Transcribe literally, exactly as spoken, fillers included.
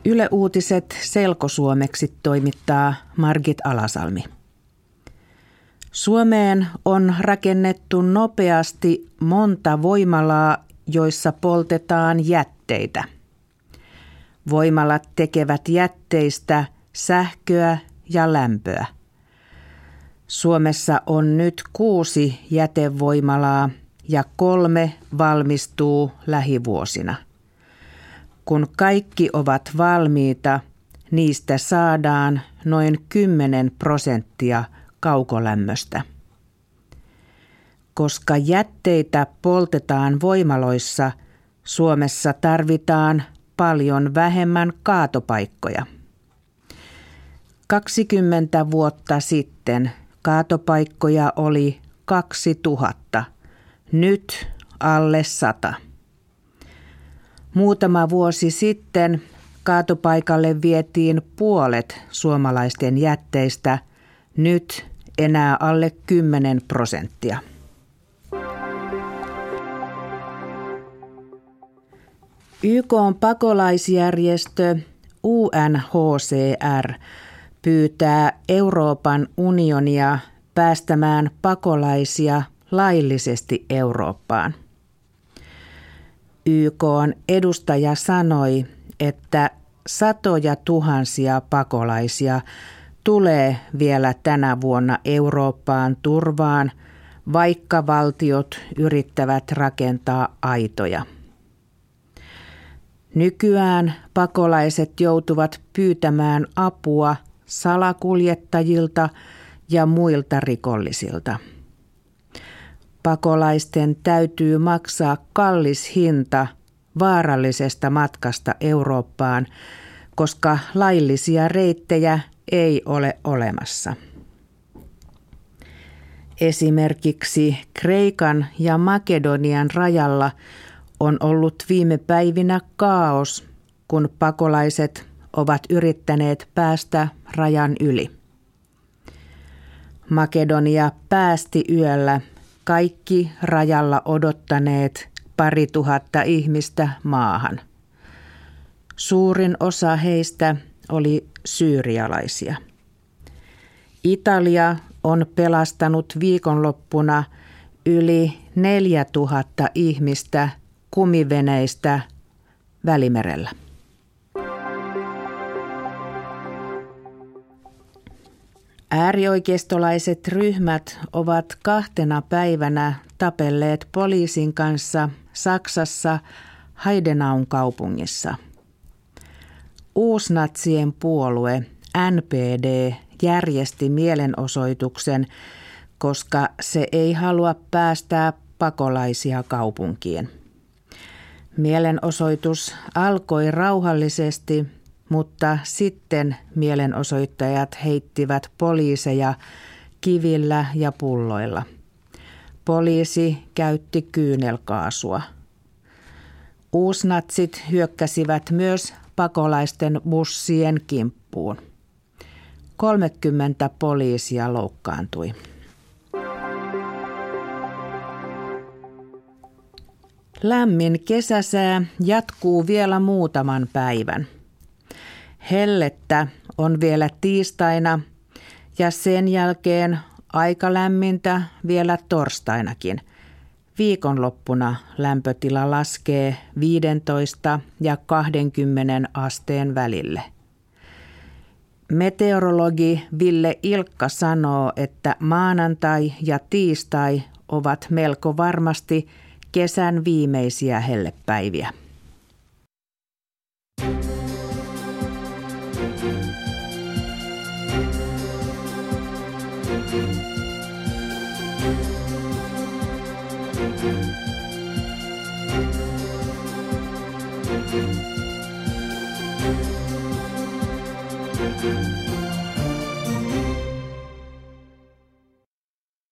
Yle Uutiset selkosuomeksi toimittaa Margit Alasalmi. Suomeen on rakennettu nopeasti monta voimalaa, joissa poltetaan jätteitä. Voimalat tekevät jätteistä sähköä ja lämpöä. Suomessa on nyt kuusi jätevoimalaa ja kolme valmistuu lähivuosina. Kun kaikki ovat valmiita, niistä saadaan noin kymmenen prosenttia kaukolämmöstä. Koska jätteitä poltetaan voimaloissa, Suomessa tarvitaan paljon vähemmän kaatopaikkoja. kaksikymmentä vuotta sitten kaatopaikkoja oli kaksituhatta, nyt alle sata. Muutama vuosi sitten kaatopaikalle vietiin puolet suomalaisten jätteistä, nyt enää alle kymmenen prosenttia. Y K:n pakolaisjärjestö U N H C R pyytää Euroopan unionia päästämään pakolaisia laillisesti Eurooppaan. Y K:n edustaja sanoi, että satoja tuhansia pakolaisia tulee vielä tänä vuonna Eurooppaan turvaan, vaikka valtiot yrittävät rakentaa aitoja. Nykyään pakolaiset joutuvat pyytämään apua salakuljettajilta ja muilta rikollisilta. Pakolaisten täytyy maksaa kallis hinta vaarallisesta matkasta Eurooppaan, koska laillisia reittejä ei ole olemassa. Esimerkiksi Kreikan ja Makedonian rajalla on ollut viime päivinä kaos, kun pakolaiset ovat yrittäneet päästä rajan yli. Makedonia päästi yöllä kaikki rajalla odottaneet pari tuhatta ihmistä maahan. Suurin osa heistä oli syyrialaisia. Italia on pelastanut viikonloppuna yli neljätuhatta ihmistä kumiveneistä Välimerellä. Äärioikeistolaiset ryhmät ovat kahtena päivänä tapelleet poliisin kanssa Saksassa Heidenaun kaupungissa. Uusnatsien puolue N P D järjesti mielenosoituksen, koska se ei halua päästää pakolaisia kaupunkiin. Mielenosoitus alkoi rauhallisesti, mutta sitten mielenosoittajat heittivät poliiseja kivillä ja pulloilla. Poliisi käytti kyynelkaasua. Uusnatsit hyökkäsivät myös pakolaisten bussien kimppuun. kolmekymmentä poliisia loukkaantui. Lämmin kesäsää jatkuu vielä muutaman päivän. Hellettä on vielä tiistaina ja sen jälkeen aika lämmintä vielä torstainakin. Viikonloppuna lämpötila laskee viisitoista ja kaksikymmentä asteen välille. Meteorologi Ville Ilkka sanoo, että maanantai ja tiistai ovat melko varmasti kesän viimeisiä hellepäiviä.